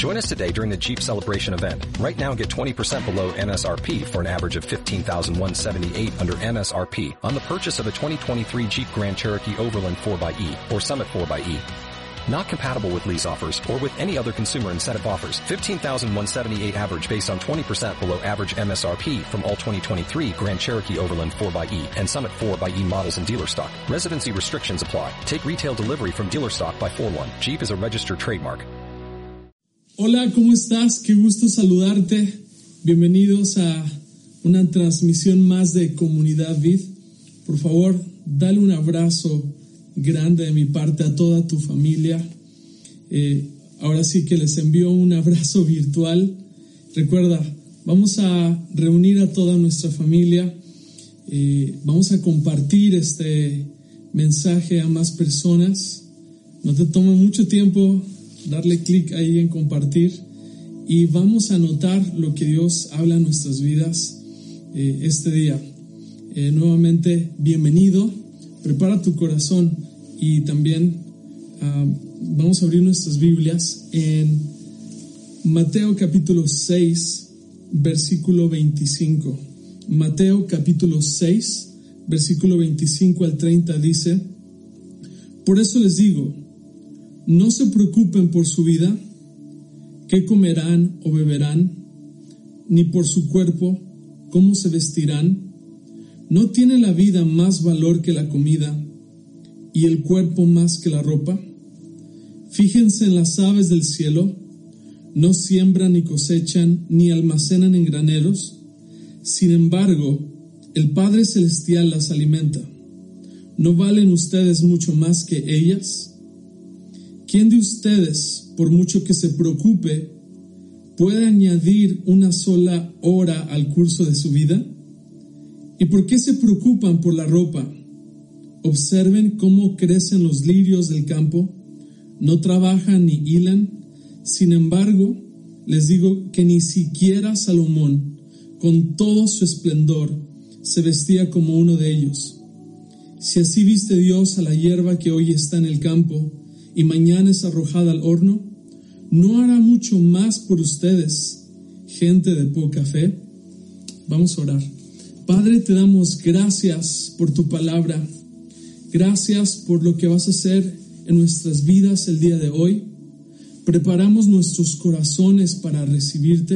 Join us today during the Jeep Celebration event. Right now, get 20% below MSRP for an average of $15,178 under MSRP on the purchase of a 2023 Jeep Grand Cherokee Overland 4xE or Summit 4xE. Not compatible with lease offers or with any other consumer incentive offers. $15,178 average based on 20% below average MSRP from all 2023 Grand Cherokee Overland 4xE and Summit 4xE models in dealer stock. Residency restrictions apply. Take retail delivery from dealer stock by 4/1. Jeep is a registered trademark. Hola, ¿cómo estás? Qué gusto saludarte. Bienvenidos a una transmisión más de Comunidad Vid. Por favor, dale un abrazo grande de mi parte a toda tu familia. Ahora sí que les envío un abrazo virtual. Recuerda, vamos a reunir a toda nuestra familia. Vamos a compartir este mensaje a más personas. No te toma mucho tiempo darle clic ahí en compartir y vamos a notar lo que Dios habla en nuestras vidas este día. Nuevamente, bienvenido. Prepara tu corazón y también vamos a abrir nuestras Biblias en Mateo capítulo 6, versículo 25. Mateo capítulo 6, versículo 25 al 30 dice: Por eso les digo, no se preocupen por su vida, qué comerán o beberán, ni por su cuerpo, cómo se vestirán. ¿No tiene la vida más valor que la comida y el cuerpo más que la ropa? Fíjense en las aves del cielo, no siembran ni cosechan ni almacenan en graneros, sin embargo, el Padre Celestial las alimenta. ¿No valen ustedes mucho más que ellas? ¿Quién de ustedes, por mucho que se preocupe, puede añadir una sola hora al curso de su vida? ¿Y por qué se preocupan por la ropa? Observen cómo crecen los lirios del campo, no trabajan ni hilan. Sin embargo, les digo que ni siquiera Salomón, con todo su esplendor, se vestía como uno de ellos. Si así viste Dios a la hierba que hoy está en el campo y mañana es arrojada al horno, ¿no hará mucho más por ustedes, gente de poca fe? Vamos a orar. Padre, te damos gracias por tu palabra. Gracias por lo que vas a hacer en nuestras vidas el día de hoy. Preparamos nuestros corazones para recibirte.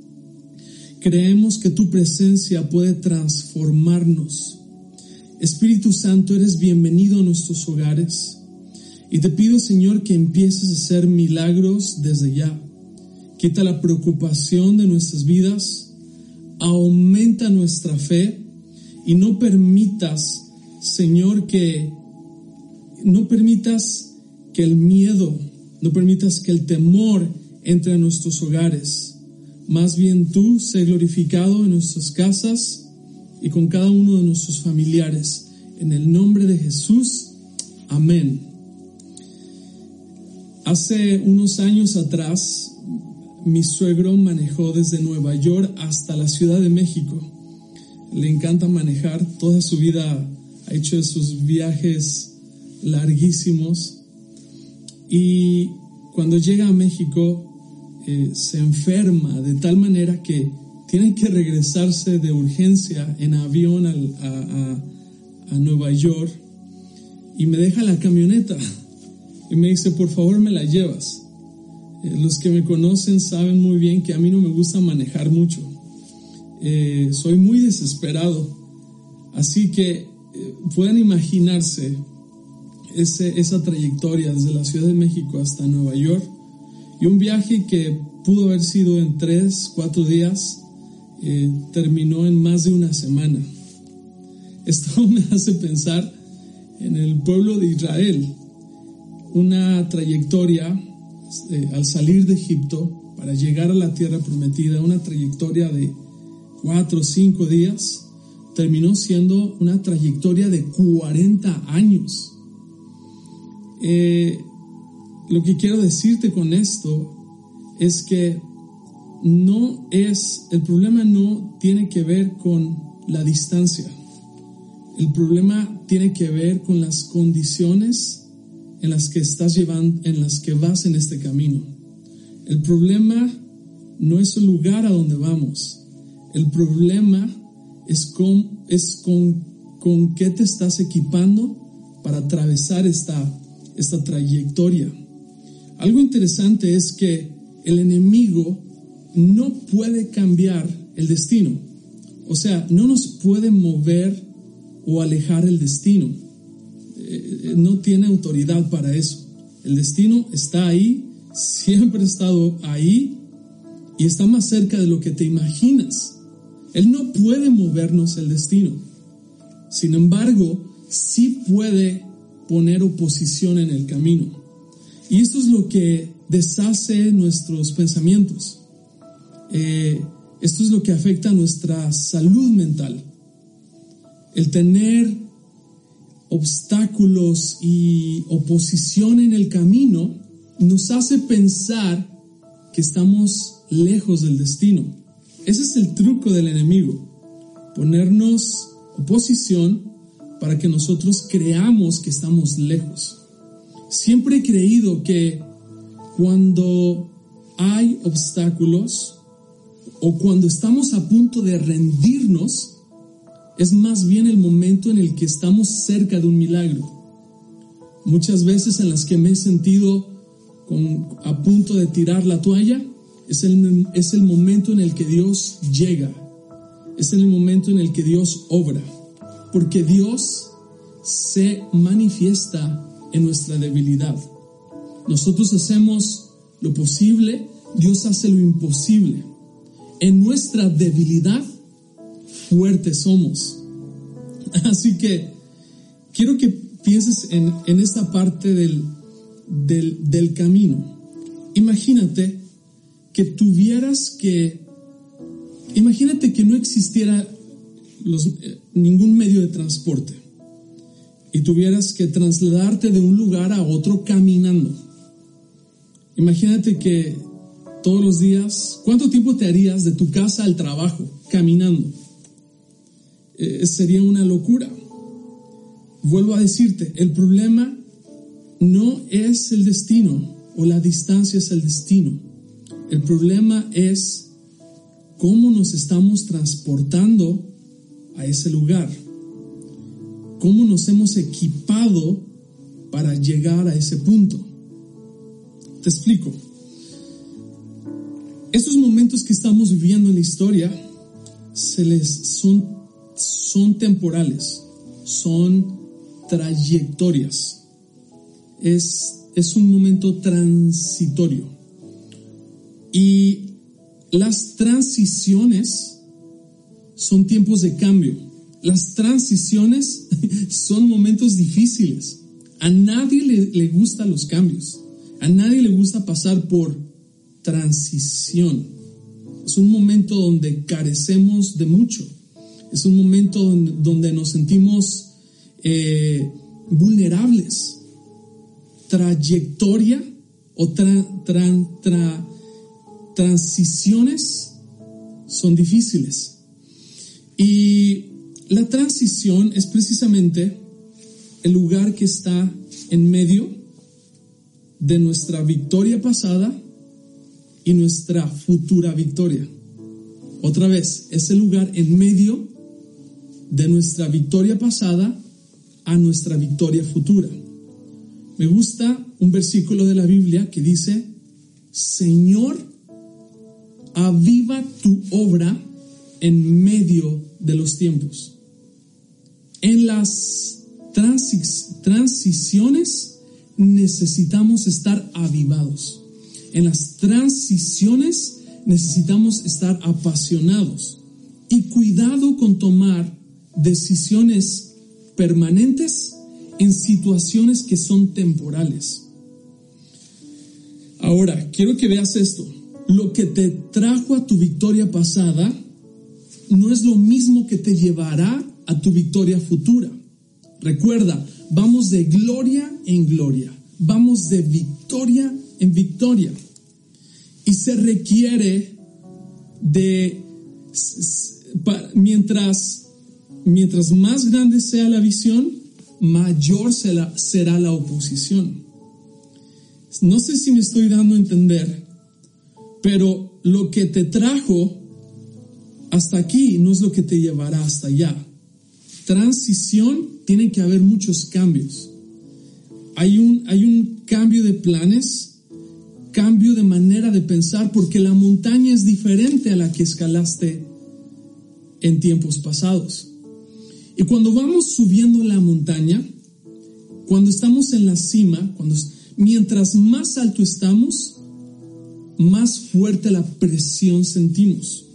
Creemos que tu presencia puede transformarnos. Espíritu Santo, eres bienvenido a nuestros hogares. Y te pido, Señor, que empieces a hacer milagros desde ya. Quita la preocupación de nuestras vidas. Aumenta nuestra fe y no permitas, Señor, que el miedo, no permitas que el temor entre a nuestros hogares. Más bien tú sé glorificado en nuestras casas y con cada uno de nuestros familiares. En el nombre de Jesús, amén. Hace unos años atrás, mi suegro manejó desde Nueva York hasta la Ciudad de México. Le encanta manejar, toda su vida ha hecho esos viajes larguísimos. Y cuando llega a México, se enferma de tal manera que tiene que regresarse de urgencia en avión a Nueva York. Y me deja la camioneta y me dice, por favor, me la llevas. Los que me conocen saben muy bien que a mí no me gusta manejar mucho. Soy muy desesperado. Así que pueden imaginarse esa trayectoria desde la Ciudad de México hasta Nueva York. Y un viaje que pudo haber sido en 3-4 días, terminó en más de una semana. Esto me hace pensar en el pueblo de Israel. Una trayectoria al salir de Egipto para llegar a la tierra prometida, una trayectoria de 4 o 5 días, terminó siendo una trayectoria de 40 años. Lo que quiero decirte con esto es que el problema no tiene que ver con la distancia. El problema tiene que ver con las condiciones en las que vas en este camino. El problema no es el lugar a donde vamos. El problema es con qué te estás equipando para atravesar esta trayectoria. Algo interesante es que el enemigo no puede cambiar el destino. O sea, no nos puede mover o alejar el destino. No tiene autoridad para eso. El destino está ahí, siempre ha estado ahí y está más cerca de lo que te imaginas. Él no puede movernos el destino. Sin embargo, sí puede poner oposición en el camino. Y esto es lo que deshace nuestros pensamientos. Esto es lo que afecta a nuestra salud mental. El tener obstáculos y oposición en el camino nos hace pensar que estamos lejos del destino. Ese es el truco del enemigo, ponernos oposición para que nosotros creamos que estamos lejos. Siempre he creído que cuando hay obstáculos o cuando estamos a punto de rendirnos, es más bien el momento en el que estamos cerca de un milagro. Muchas veces en las que me he sentido a punto de tirar la toalla, es el momento en el que Dios llega, es el momento en el que Dios obra, porque Dios se manifiesta en nuestra debilidad. Nosotros hacemos lo posible, Dios hace lo imposible. En nuestra debilidad, fuertes somos. Así que quiero que pienses en esta parte del camino. Imagínate que no existiera ningún medio de transporte y tuvieras que trasladarte de un lugar a otro caminando. Imagínate que todos los días, ¿cuánto tiempo te harías de tu casa al trabajo caminando? Sería una locura. Vuelvo a decirte, el problema no es el destino o la distancia es el destino. El problema es cómo nos estamos transportando a ese lugar, cómo nos hemos equipado para llegar a ese punto. Te explico. Estos momentos que estamos viviendo en la historia son temporales, son trayectorias. Es un momento transitorio. Y las transiciones son tiempos de cambio. Las transiciones son momentos difíciles. A nadie le gustan los cambios. A nadie le gusta pasar por transición. Es un momento donde carecemos de mucho. Es un momento donde nos sentimos vulnerables. Trayectoria o transiciones son difíciles. Y la transición es precisamente el lugar que está en medio de nuestra victoria pasada y nuestra futura victoria. Otra vez, es el lugar en medio de nuestra victoria pasada a nuestra victoria futura. Me gusta un versículo de la Biblia que dice: Señor, aviva tu obra en medio de los tiempos. En las transiciones necesitamos estar avivados. En las transiciones necesitamos estar apasionados. Y cuidado con tomar decisiones permanentes en situaciones que son temporales. Ahora, quiero que veas esto. Lo que te trajo a tu victoria pasada no es lo mismo que te llevará a tu victoria futura. Recuerda, vamos de gloria en gloria, vamos de victoria en victoria. Y se requiere mientras más grande sea la visión, mayor será la oposición. No sé si me estoy dando a entender, Pero lo que te trajo hasta aquí no es lo que te llevará hasta allá. Transición, tiene que haber muchos cambios. Hay un cambio de planes, cambio de manera de pensar, porque la montaña es diferente a la que escalaste en tiempos pasados. Y cuando vamos subiendo la montaña, cuando estamos en la cima, mientras más alto estamos, más fuerte la presión sentimos.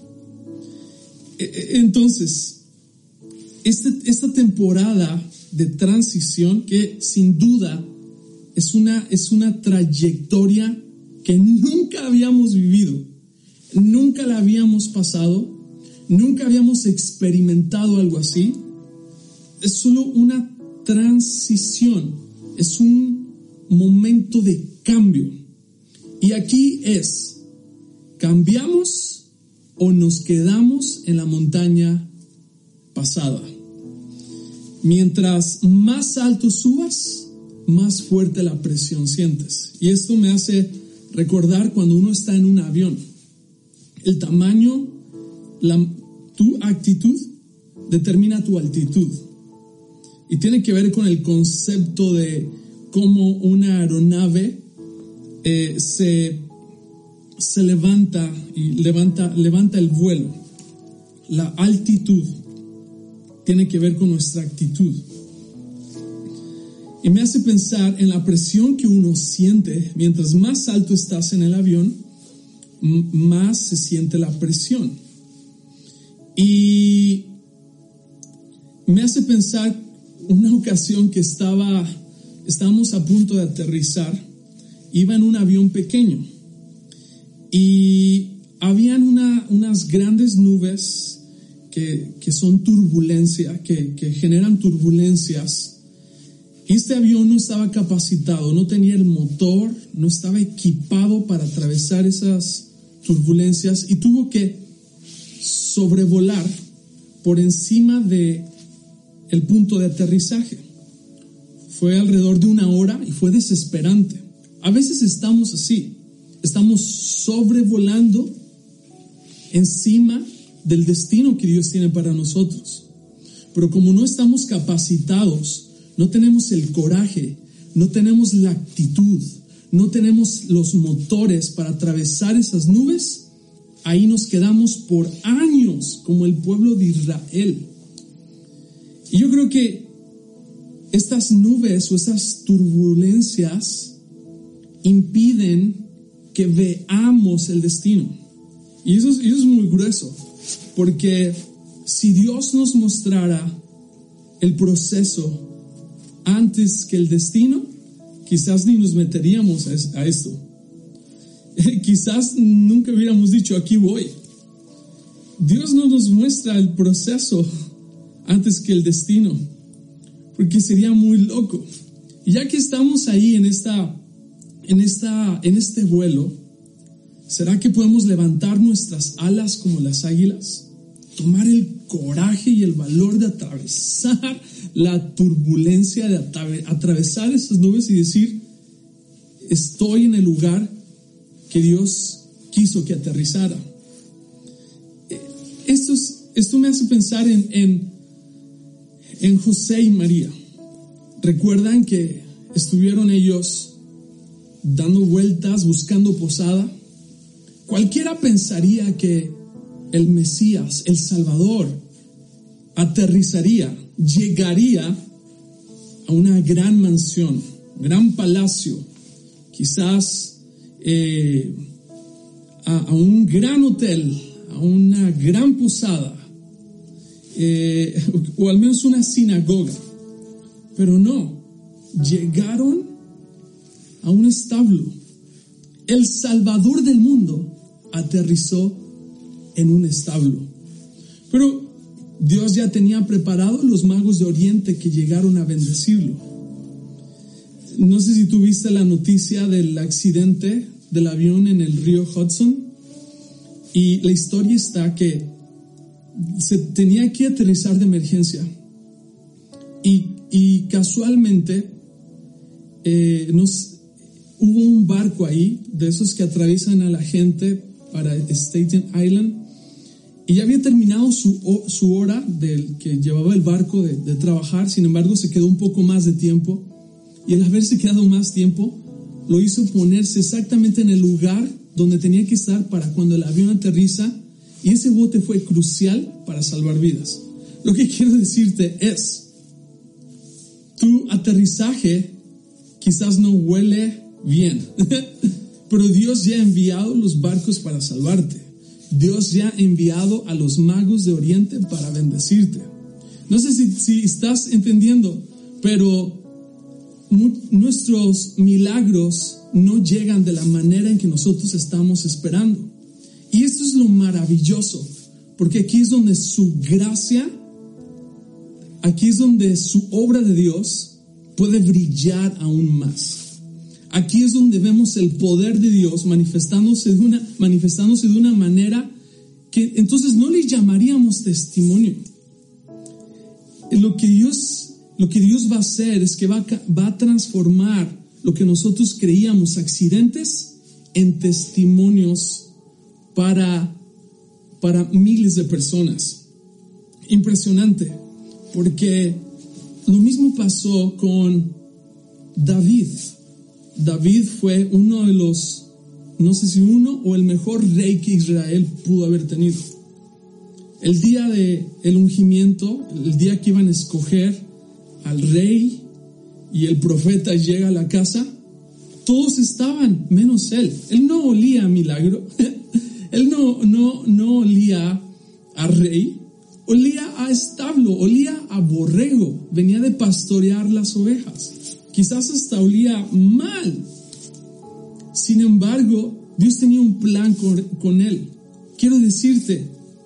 Entonces, esta temporada de transición, que sin duda es una trayectoria que nunca habíamos vivido, nunca la habíamos pasado, nunca habíamos experimentado algo así. Es solo una transición, es un momento de cambio. Y aquí es, ¿cambiamos o nos quedamos en la montaña pasada? Mientras más alto subas, más fuerte la presión sientes. Y esto me hace recordar cuando uno está en un avión. El tamaño, tu actitud determina tu altitud. Y tiene que ver con el concepto de cómo una aeronave se levanta y levanta el vuelo. La altitud tiene que ver con nuestra actitud. Y me hace pensar en la presión que uno siente. Mientras más alto estás en el avión, más se siente la presión. Y me hace pensar una ocasión que estábamos a punto de aterrizar. Iba en un avión pequeño y habían unas grandes nubes que son turbulencia, que generan turbulencias. Y este avión no estaba capacitado, no tenía el motor, no estaba equipado para atravesar esas turbulencias y tuvo que sobrevolar por encima de el punto de aterrizaje. Fue alrededor de 1 hora y fue desesperante. A veces estamos así, estamos sobrevolando encima del destino que Dios tiene para nosotros. Pero como no estamos capacitados, no tenemos el coraje, no tenemos la actitud, no tenemos los motores para atravesar esas nubes, ahí nos quedamos por años como el pueblo de Israel. Y yo creo que estas nubes o estas turbulencias impiden que veamos el destino. Y eso es muy grueso, porque si Dios nos mostrara el proceso antes que el destino, quizás ni nos meteríamos a esto. Quizás nunca hubiéramos dicho, aquí voy. Dios no nos muestra el proceso antes que el destino, porque sería muy loco. Y ya que estamos ahí en este vuelo, ¿será que podemos levantar nuestras alas como las águilas? Tomar el coraje y el valor de atravesar la turbulencia, de atravesar esas nubes y decir, estoy en el lugar que Dios quiso que aterrizara. Esto me hace pensar en José y María. ¿Recuerdan que estuvieron ellos dando vueltas, buscando posada? Cualquiera pensaría que el Mesías, el Salvador, aterrizaría, llegaría a una gran mansión, gran palacio, quizás a un gran hotel, a una gran posada, o al menos una sinagoga. Pero no, llegaron a un establo. El Salvador del mundo aterrizó en un establo. Pero Dios ya tenía preparado los magos de Oriente que llegaron a bendecirlo. No sé si tú viste la noticia del accidente del avión en el río Hudson. Y la historia está que se tenía que aterrizar de emergencia. Y casualmente hubo un barco ahí, de esos que atraviesan a la gente para Staten Island y ya había terminado su hora del que llevaba el barco de trabajar. Sin embargo, se quedó un poco más de tiempo, y al haberse quedado más tiempo lo hizo ponerse exactamente en el lugar donde tenía que estar para cuando el avión aterriza, y ese bote fue crucial para salvar vidas. Lo que quiero decirte es, tu aterrizaje quizás no huele bien, pero Dios ya ha enviado los barcos para salvarte. Dios ya ha enviado a los magos de Oriente para bendecirte. No sé si estás entendiendo, pero nuestros milagros no llegan de la manera en que nosotros estamos esperando. Y esto es lo maravilloso, porque aquí es donde su gracia, aquí es donde su obra de Dios puede brillar aún más. Aquí es donde vemos el poder de Dios manifestándose de una manera que entonces no le llamaríamos testimonio. Lo que Dios va a hacer es que va a transformar lo que nosotros creíamos accidentes en testimonios para miles de personas. Impresionante, porque lo mismo pasó con David. David fue uno de los, no sé si uno o el mejor rey que Israel pudo haber tenido. El día del ungimiento, el día que iban a escoger al rey y el profeta llega a la casa, todos estaban, menos él. Él no olía a milagro, él no olía a rey, olía a establo, olía a borrego, venía de pastorear las ovejas. Quizás hasta olía mal. Sin embargo, Dios tenía un plan con él. Quiero decirte,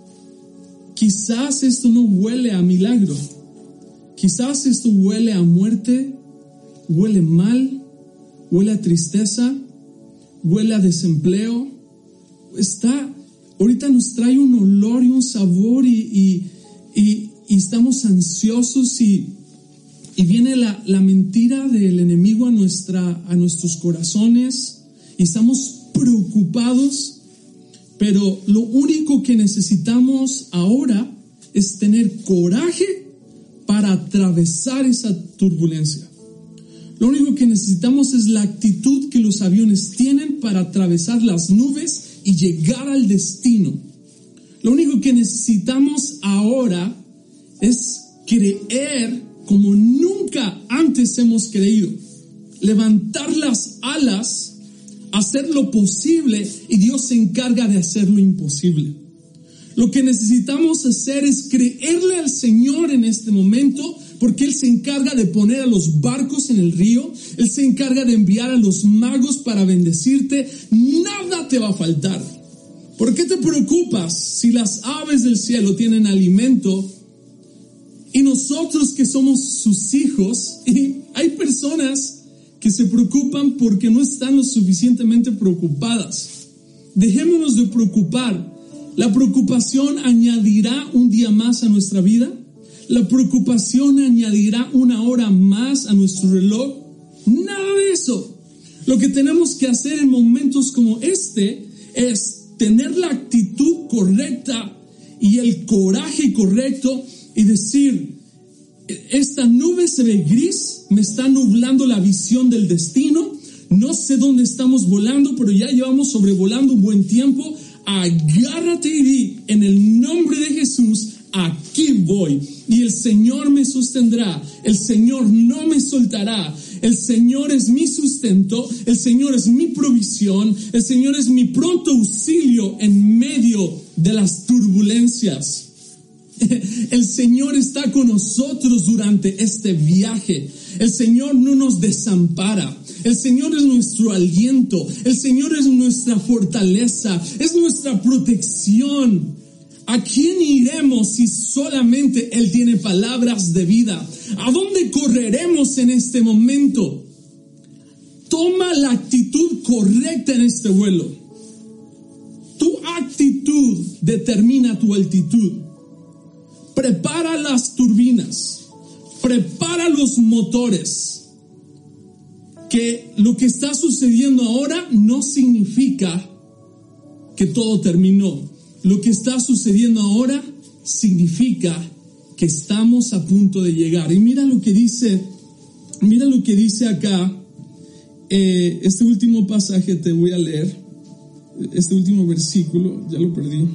quizás esto no huele a milagro. Quizás esto huele a muerte, huele mal, huele a tristeza, huele a desempleo. Ahorita nos trae un olor y un sabor y estamos ansiosos y viene la mentira del enemigo a nuestros corazones y estamos preocupados, pero lo único que necesitamos ahora es tener coraje para atravesar esa turbulencia. Lo único que necesitamos es la actitud que los aviones tienen para atravesar las nubes y llegar al destino. Lo único que necesitamos ahora es creer como nunca antes hemos creído, levantar las alas, hacer lo posible, y Dios se encarga de hacer lo imposible. Lo que necesitamos hacer es creerle al Señor en este momento, porque Él se encarga de poner a los barcos en el río, Él se encarga de enviar a los magos para bendecirte. Nada te va a faltar. ¿Por qué te preocupas si las aves del cielo tienen alimento? Y nosotros que somos sus hijos, y hay personas que se preocupan porque no están lo suficientemente preocupadas. Dejémonos de preocupar. La preocupación añadirá un día más a nuestra vida. La preocupación añadirá una hora más a nuestro reloj. Nada de eso. Lo que tenemos que hacer en momentos como este es tener la actitud correcta y el coraje correcto y decir, esta nube se ve gris, me está nublando la visión del destino, no sé dónde estamos volando, pero ya llevamos sobrevolando un buen tiempo. Agárrate y di, en el nombre de Jesús, aquí voy, y el Señor me sostendrá, el Señor no me soltará, el Señor es mi sustento, el Señor es mi provisión, el Señor es mi pronto auxilio en medio de las turbulencias. El Señor está con nosotros durante este viaje. El Señor no nos desampara. El Señor es nuestro aliento. El Señor es nuestra fortaleza. Es nuestra protección. ¿A quién iremos si solamente Él tiene palabras de vida? ¿A dónde correremos en este momento? Toma la actitud correcta en este vuelo. Tu actitud determina tu altitud. Prepara las turbinas, prepara los motores. Que lo que está sucediendo ahora no significa que todo terminó. Lo que está sucediendo ahora significa que estamos a punto de llegar. Y mira lo que dice acá, este último pasaje te voy a leer, este último versículo, ya lo perdí.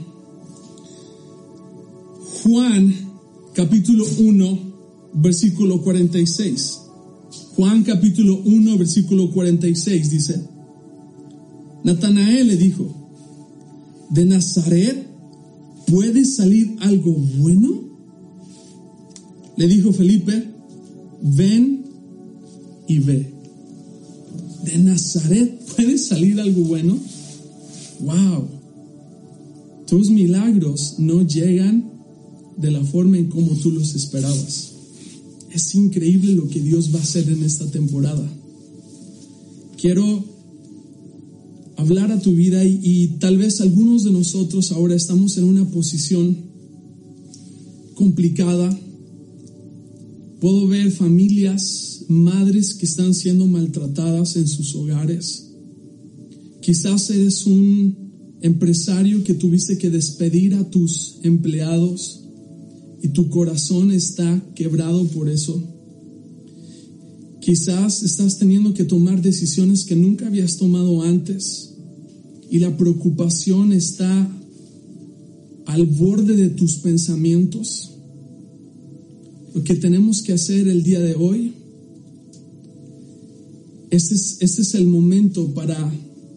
Juan, capítulo 1, versículo 46. Juan, capítulo 1, versículo 46 dice: Natanael le dijo, ¿de Nazaret puede salir algo bueno? Le dijo Felipe, ven y ve. ¿De Nazaret puede salir algo bueno? ¡Wow! Tus milagros no llegan de la forma en como tú los esperabas. Es increíble lo que Dios va a hacer en esta temporada. Quiero hablar a tu vida y tal vez algunos de nosotros ahora estamos en una posición complicada. Puedo ver familias, madres que están siendo maltratadas en sus hogares. Quizás eres un empresario que tuviste que despedir a tus empleados y tu corazón está quebrado por eso. Quizás estás teniendo que tomar decisiones que nunca habías tomado antes y la preocupación está al borde de tus pensamientos. Lo que tenemos que hacer el día de hoy, este es el momento para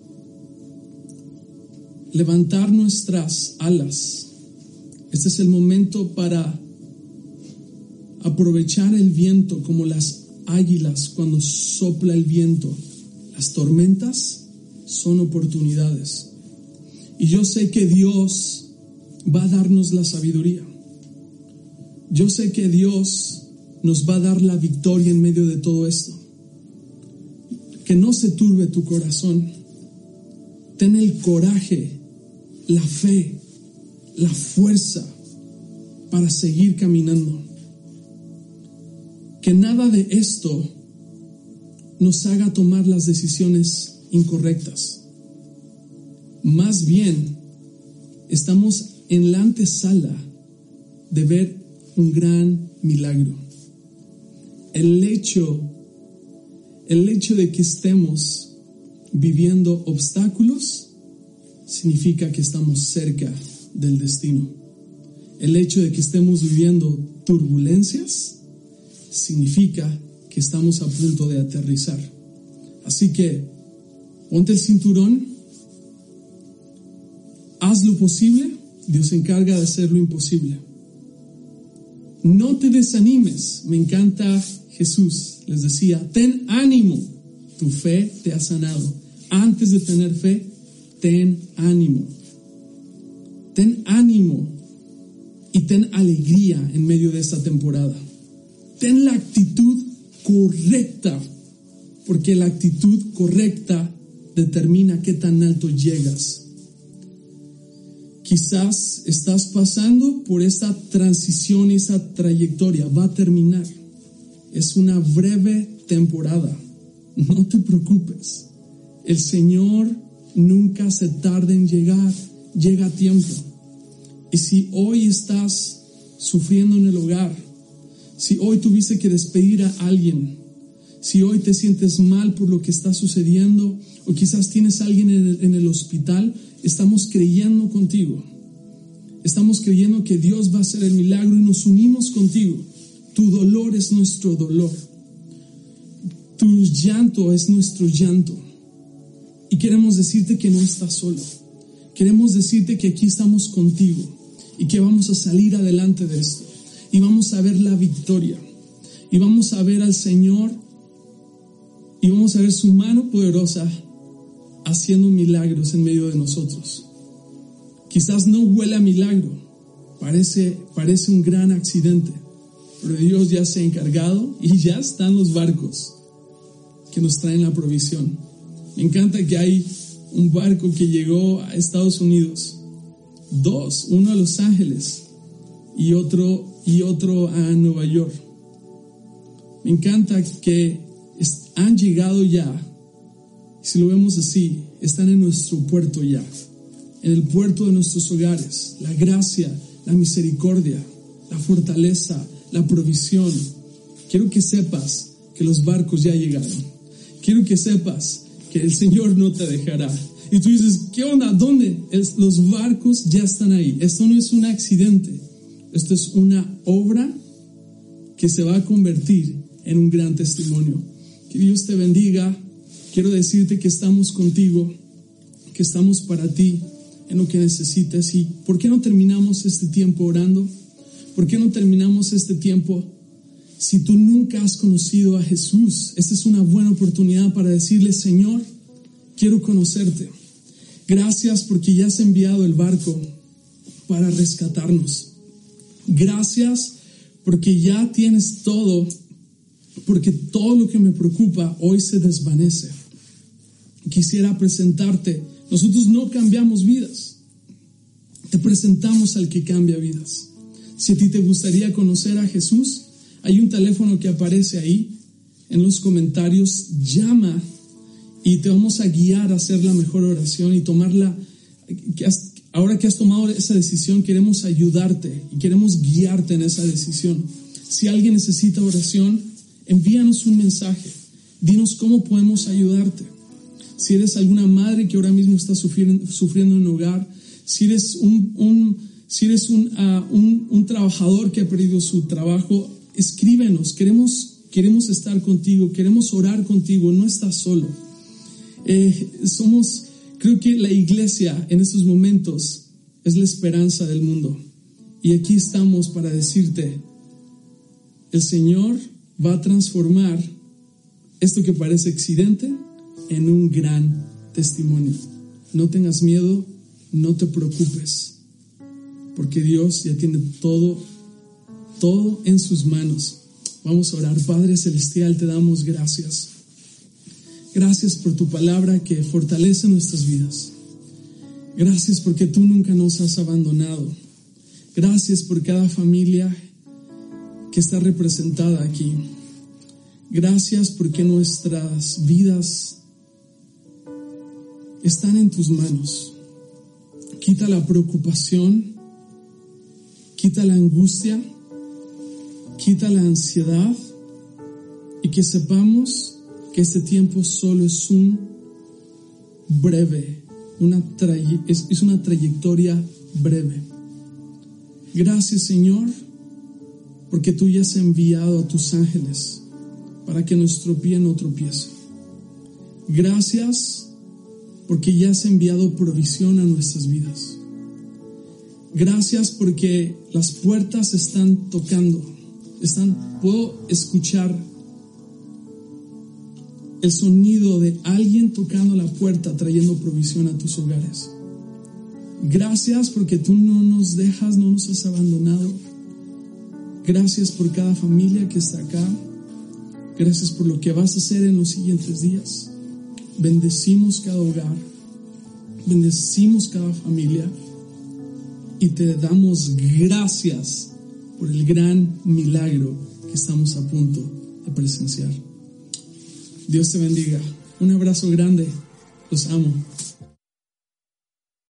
levantar nuestras alas. Este es el momento para aprovechar el viento como las águilas cuando sopla el viento. Las tormentas son oportunidades. Y yo sé que Dios va a darnos la sabiduría. Yo sé que Dios nos va a dar la victoria en medio de todo esto. Que no se turbe tu corazón. Ten el coraje, la fe, la fuerza para seguir caminando. Que nada de esto nos haga tomar las decisiones incorrectas. Más bien, estamos en la antesala de ver un gran milagro. El hecho de que estemos viviendo obstáculos significa que estamos cerca del destino. El hecho de que estemos viviendo turbulencias significa que estamos a punto de aterrizar. Así que ponte el cinturón, haz lo posible, Dios se encarga de hacer lo imposible. No te desanimes. Me encanta Jesús. Les decía, ten ánimo, tu fe te ha sanado. Antes de tener fe, ten ánimo. Ten ánimo y ten alegría en medio de esta temporada. Ten la actitud correcta, porque la actitud correcta determina qué tan alto llegas. Quizás estás pasando por esta transición, esa trayectoria va a terminar. Es una breve temporada. No te preocupes. El Señor nunca se tarda en llegar. Llega a tiempo. Y si hoy estás sufriendo en el hogar, si hoy tuviste que despedir a alguien, si hoy te sientes mal por lo que está sucediendo, o quizás tienes a alguien en el hospital, estamos creyendo contigo. Estamos creyendo que Dios va a hacer el milagro y nos unimos contigo. Tu dolor es nuestro dolor. Tu llanto es nuestro llanto. Y queremos decirte que no estás solo. Queremos decirte que aquí estamos contigo y que vamos a salir adelante de esto. Y vamos a ver la victoria. Y vamos a ver al Señor y vamos a ver su mano poderosa haciendo milagros en medio de nosotros. Quizás no huele a milagro, parece un gran accidente, pero Dios ya se ha encargado y ya están los barcos que nos traen la provisión. Me encanta que hay un barco que llegó a Estados Unidos, uno a Los Ángeles y otro a Nueva York. Me encanta que han llegado ya, si lo vemos así, están en nuestro puerto ya. en el puerto de nuestros hogares, la gracia, la misericordia, la fortaleza, la provisión. Quiero que sepas que los barcos ya llegaron. Quiero que sepas que el Señor no te dejará. Y tú dices, ¿qué onda? ¿Dónde? Los barcos ya están ahí. Esto no es un accidente. Esto es una obra que se va a convertir en un gran testimonio. Que Dios te bendiga. Quiero decirte que estamos contigo, que estamos para ti en lo que necesites. ¿Y por qué no terminamos este tiempo orando? ¿Por qué no terminamos este tiempo? Si tú nunca has conocido a Jesús, esta es una buena oportunidad para decirle, Señor, quiero conocerte. Gracias porque ya has enviado el barco para rescatarnos. Gracias porque ya tienes todo, porque todo lo que me preocupa hoy se desvanece. Quisiera presentarte. Nosotros no cambiamos vidas. Te presentamos al que cambia vidas. Si a ti te gustaría conocer a Jesús, hay un teléfono que aparece ahí en los comentarios. Llama y te vamos a guiar a hacer la mejor oración y tomarla. Ahora que has tomado esa decisión, queremos ayudarte y queremos guiarte en esa decisión. Si alguien necesita oración, envíanos un mensaje. Dinos cómo podemos ayudarte. Si eres alguna madre que ahora mismo está sufriendo en un hogar, si eres un trabajador que ha perdido su trabajo, escríbenos. Queremos estar contigo, queremos orar contigo. No estás solo. Creo que la iglesia en estos momentos es la esperanza del mundo. Y aquí estamos para decirte, el Señor va a transformar esto que parece accidente en un gran testimonio. No tengas miedo, no te preocupes, porque Dios ya tiene todo en sus manos. Vamos a orar. Padre Celestial, te damos gracias. Gracias por tu palabra que fortalece nuestras vidas. Gracias porque tú nunca nos has abandonado. Gracias por cada familia que está representada aquí. Gracias porque nuestras vidas están en tus manos. Quita la preocupación, quita la angustia, quita la ansiedad y que sepamos que este tiempo solo es es una trayectoria breve. Gracias, Señor, porque tú ya has enviado a tus ángeles para que nuestro pie no tropiece. Gracias porque ya has enviado provisión a nuestras vidas. Gracias porque las puertas están tocando. Puedo escuchar el sonido de alguien tocando la puerta, trayendo provisión a tus hogares. Gracias porque tú no nos dejas, no nos has abandonado. Gracias por cada familia que está acá. Gracias por lo que vas a hacer en los siguientes días. Bendecimos cada hogar, bendecimos cada familia y te damos gracias por el gran milagro que estamos a punto de presenciar. Dios te bendiga. Un abrazo grande. Los amo.